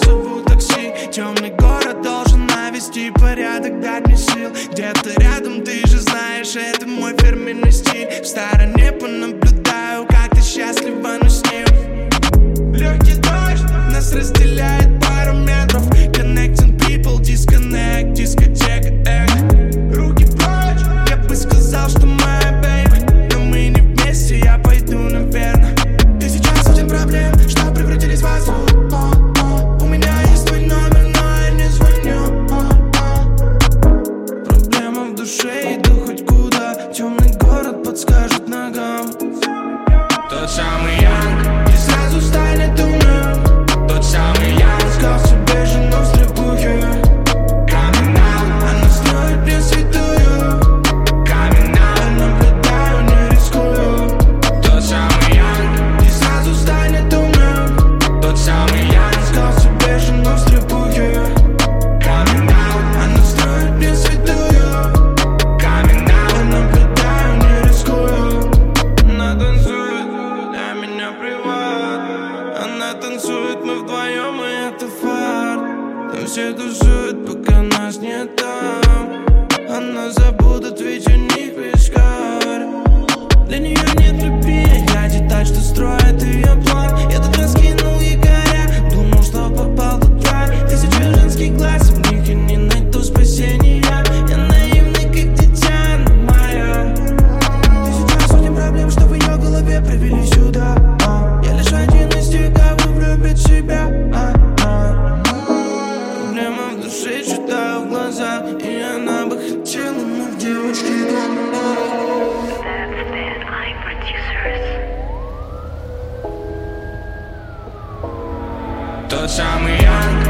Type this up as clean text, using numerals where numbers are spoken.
вызову такси. Темный город должен навести порядок, дать мне сил. Где-то рядом, ты же знаешь, это мой фирменный стиль. В стороне понаблюдаю, как ты счастлива, но с ним. Легкий дождь нас разделяет пару метров. Connecting people, disconnect, дискотека, руки прочь, я бы сказал, что моя бейби. Но мы не вместе, я пойду, наверное. Ты сейчас один проблем, что превратились в вас. У меня есть твой номер, но я не звоню. Проблема в душе, иду хоть куда. Темный город подскажет ногам. Тот самый Янг и сразу станет умным. Тот самый Янг сказал себе жену в стрипухе. Coming out, она строит мне святую. Coming out, я наблюдаю, не рискую. Тот самый Янг и сразу станет умным. Тот самый Янг сказал себе жену в стрипухе. Coming out, она строит мне святую. Coming out, я наблюдаю, не рискую. Она танцует, для меня приват. Она танцует, мы вдвоем, и это фарт. Там все тусуют, пока нас нет там. Она забудет, ведь у них пескарь. Для нее нет любви, я деталь, что строит ее план. Я тут раскинул якоря, думал, что попал туда. Тысячи женских глаз, в них я не найду спасения. Я наивный, как дитя, но моя. Ты сейчас не проблем, что в ее голове привели сюда. Я лишь один из тех, кого влюбит в себя. Проблема в душе, читаю в глаза. И она бы хотела, но в девочке That's Bad Eye Producers. тот самый Янг